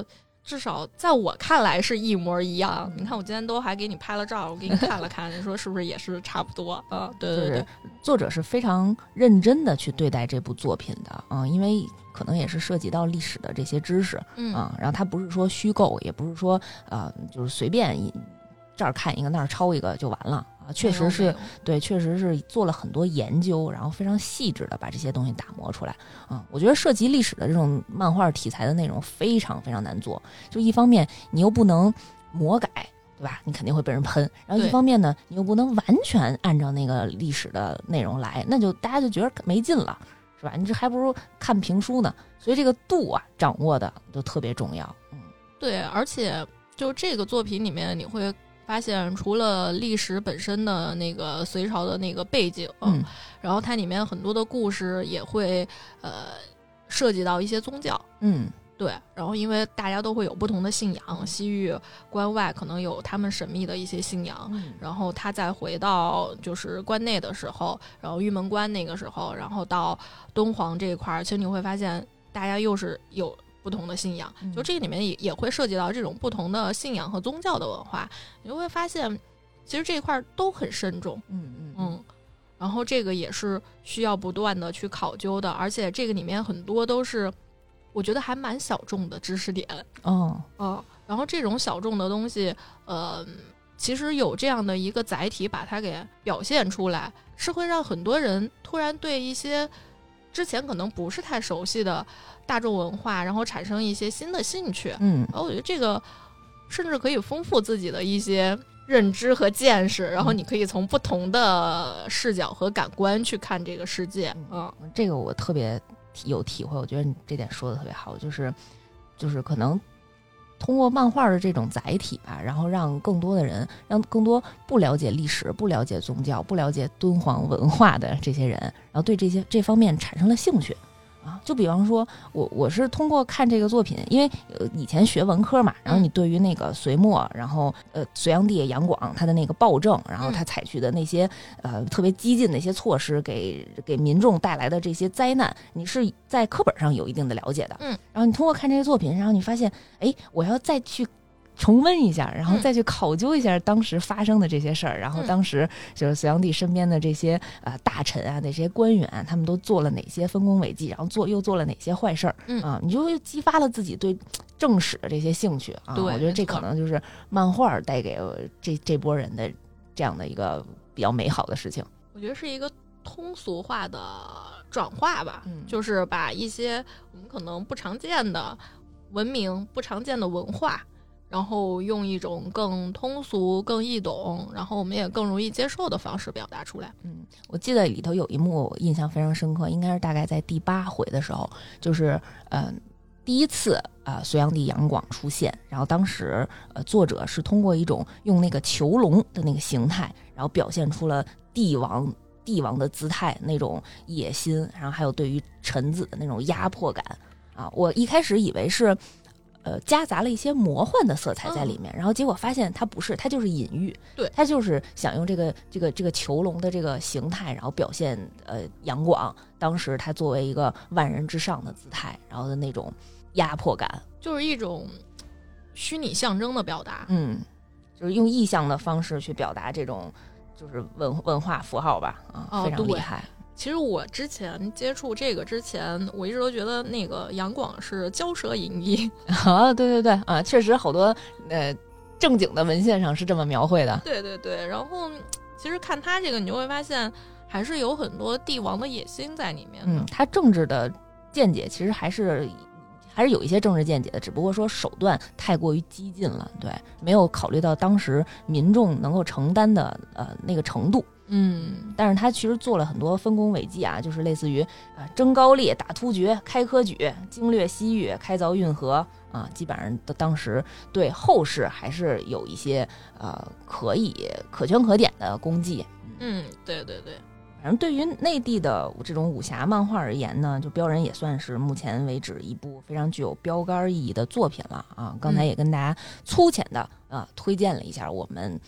至少在我看来是一模一样。你看我今天都还给你拍了照，我给你看了看，你说是不是也是差不多啊？对对对， 作者是非常认真的去对待这部作品的啊，因为可能也是涉及到历史的这些知识啊，然后它不是说虚构，也不是说就是随便这儿看一个那儿抄一个就完了啊，确实是对，确实是做了很多研究，然后非常细致的把这些东西打磨出来啊。我觉得涉及历史的这种漫画题材的内容非常非常难做，就一方面你又不能魔改，对吧？你肯定会被人喷。然后一方面呢，你又不能完全按照那个历史的内容来，那就大家就觉得没劲了，是吧？你这还不如看评书呢。所以这个度啊，掌握的就特别重要。 对，而且就这个作品里面，你会发现除了历史本身的那个隋朝的那个背景，然后它里面很多的故事也会涉及到一些宗教，对，然后因为大家都会有不同的信仰，西域关外可能有他们神秘的一些信仰，然后他再回到就是关内的时候，然后玉门关那个时候，然后到敦煌这一块，其实你会发现大家又是有不同的信仰，就这里面也会涉及到这种不同的信仰和宗教的文化，你就会发现其实这一块都很慎重，然后这个也是需要不断的去考究的，而且这个里面很多都是我觉得还蛮小众的知识点然后这种小众的东西其实有这样的一个载体把它给表现出来，是会让很多人突然对一些之前可能不是太熟悉的大众文化然后产生一些新的兴趣，然后我觉得这个甚至可以丰富自己的一些认知和见识，然后你可以从不同的视角和感官去看这个世界这个我特别有体会，我觉得你这点说的特别好，就是可能通过漫画的这种载体吧，然后让更多的人，让更多不了解历史、不了解宗教、不了解敦煌文化的这些人，然后对这方面产生了兴趣啊。就比方说我是通过看这个作品，因为以前学文科嘛，然后你对于那个隋末，然后隋炀帝杨广他的那个暴政，然后他采取的那些特别激进的一些措施给民众带来的这些灾难，你是在课本上有一定的了解的，然后你通过看这个作品，然后你发现我要再去重温一下，然后再去考究一下当时发生的这些事儿，然后当时就是隋炀帝身边的这些大臣啊，那些官员，他们都做了哪些丰功伟绩，然后又做了哪些坏事儿你就会激发了自己对正史的这些兴趣啊。我觉得这可能就是漫画带给这波人的这样的一个比较美好的事情。 我觉得是一个通俗化的转化吧，就是把一些我们可能不常见的文明、不常见的文化，然后用一种更通俗、更易懂，然后我们也更容易接受的方式表达出来。 我记得里头有一幕我印象非常深刻，应该是大概在第8回的时候，就是第一次隋炀帝杨广出现，然后当时作者是通过一种用那个囚笼的那个形态，然后表现出了帝王的姿态，那种野心，然后还有对于臣子的那种压迫感啊。我一开始以为是夹杂了一些魔幻的色彩在里面，然后结果发现它不是，它就是隐喻， 对， 它就是想用这个囚笼的这个形态，然后表现杨广当时他作为一个万人之上的姿态，然后的那种压迫感， 就是一种虚拟象征的表达， 就是用意象的方式去表达这种就是文化符号吧，非常厉害。 其实我之前接触这个之前，我一直都觉得那个杨广是骄奢淫逸对确实好多正经的文献上是这么描绘的。 对，然后其实看他这个，你就会发现还是有很多帝王的野心在里面的。 他政治的见解其实还是有一些政治见解的，只不过说手段太过于激进了，对，没有考虑到当时民众能够承担的那个程度。但是他其实做了很多丰功伟绩啊，就是类似于征高丽、打突厥、开科举、经略西域、开凿运河啊，基本上当时对后世还是有一些可圈可点的功绩。 对， 反正对于内地的这种武侠漫画而言呢，就标人也算是目前为止一部非常具有标杆意义的作品了啊。刚才也跟大家粗浅的推荐了一下我们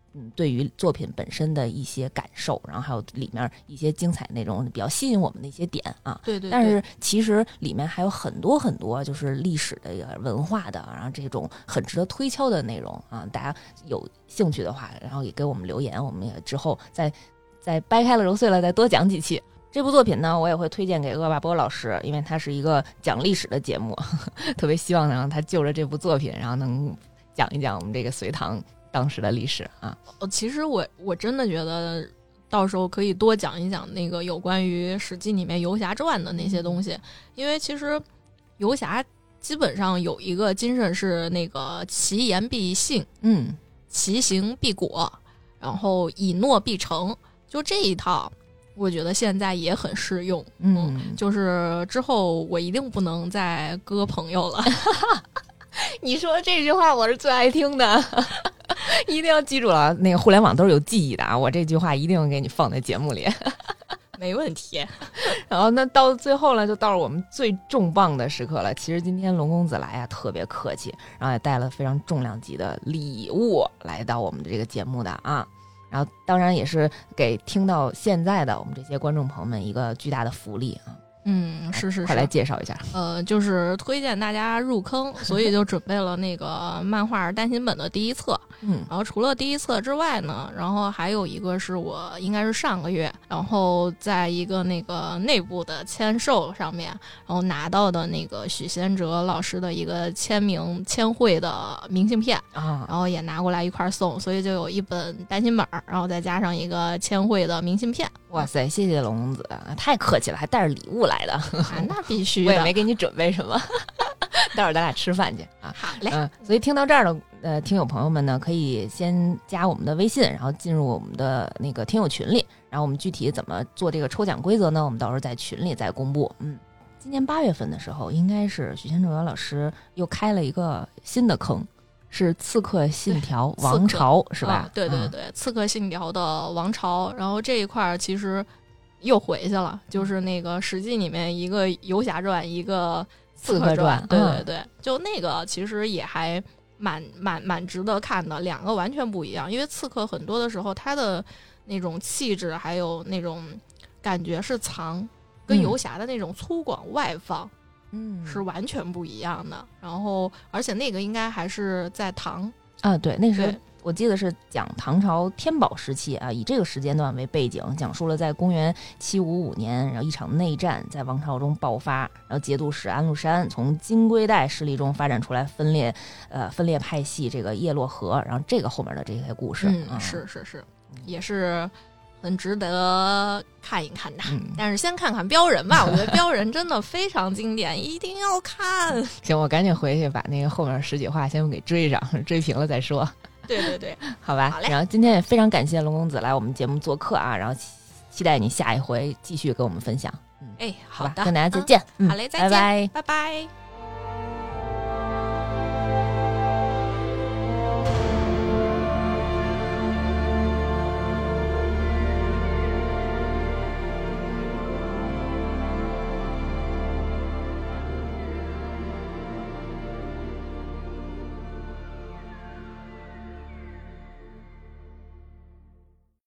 对于作品本身的一些感受，然后还有里面一些精彩内容比较吸引我们的一些点啊。 对对对。 但是其实里面还有很多很多就是历史的文化的，然后这种很值得推敲的内容啊，大家有兴趣的话，然后也给我们留言，我们也之后再掰开了揉碎了再多讲几期。这部作品呢，我也会推荐给恶霸波老师，因为他是一个讲历史的节目，特别希望能让他就着这部作品，然后能讲一讲我们这个隋唐当时的历史啊。 其实我真的觉得到时候可以多讲一讲那个有关于史记里面游侠传的那些东西，因为其实游侠基本上有一个精神是那个其言必信，其行必果，然后以诺必成，就这一套我觉得现在也很适用。就是之后我一定不能再割朋友了。 你说这句话我是最爱听的。一定要记住了，那个互联网都是有记忆的啊！我这句话一定给你放在节目里。 没问题。 然后那到最后呢，就到了我们最重磅的时刻了。其实今天龙公子来啊，特别客气，然后也带了非常重量级的礼物来到我们的这个节目的啊。然后当然也是给听到现在的我们这些观众朋友们一个巨大的福利啊。 是， 快来介绍一下。 就是推荐大家入坑，所以就准备了那个漫画单行本的第一册。然后除了第一册之外呢，然后还有一个是我应该是上个月，然后在一个那个内部的签售上面，然后拿到的那个许仙哲老师的一个签绘的明信片啊，然后也拿过来一块送，所以就有一本单行本，然后再加上一个签绘的明信片。 哇塞，谢谢龙公子，太客气了，还带着礼物来的。 那必须的， 我也没给你准备什么。待会儿咱俩吃饭去啊。 好嘞。 所以听到这儿的听友朋友们呢，可以先加我们的微信，然后进入我们的那个听友群里。然后我们具体怎么做这个抽奖规则呢？我们到时候在群里再公布。今年8月份的时候，应该是许仙哲老师又开了一个新的坑，是《刺客信条：王朝》是吧？ 对对对，刺客信条的王朝。然后这一块其实又回去了，就是那个史记里面一个游侠传，一个刺客传。对对对，就那个其实也还蛮值得看的，两个完全不一样。因为刺客很多的时候他的那种气质还有那种感觉是藏，跟游侠的那种粗犷外放是完全不一样的。然后而且那个应该还是在唐啊，对，那时候我记得是讲唐朝天宝时期啊，以这个时间段为背景，讲述了在公元755年，然后一场内战在王朝中爆发，然后节度使安禄山从金龟代势力中发展出来分裂派系这个叶落河，然后这个后面的这些故事， 是，也是很值得看一看的。但是先看看标人吧，我觉得标人真的非常经典，一定要看。 行，我赶紧回去把那个后面10几话先给追上，追平了再说。 对对对， 好吧。 好嘞。 然后今天也非常感谢龙公子来我们节目做客啊，然后期待你下一回继续跟我们分享。 好的， 跟大家再见。 好嘞，再见， 拜拜， 拜拜。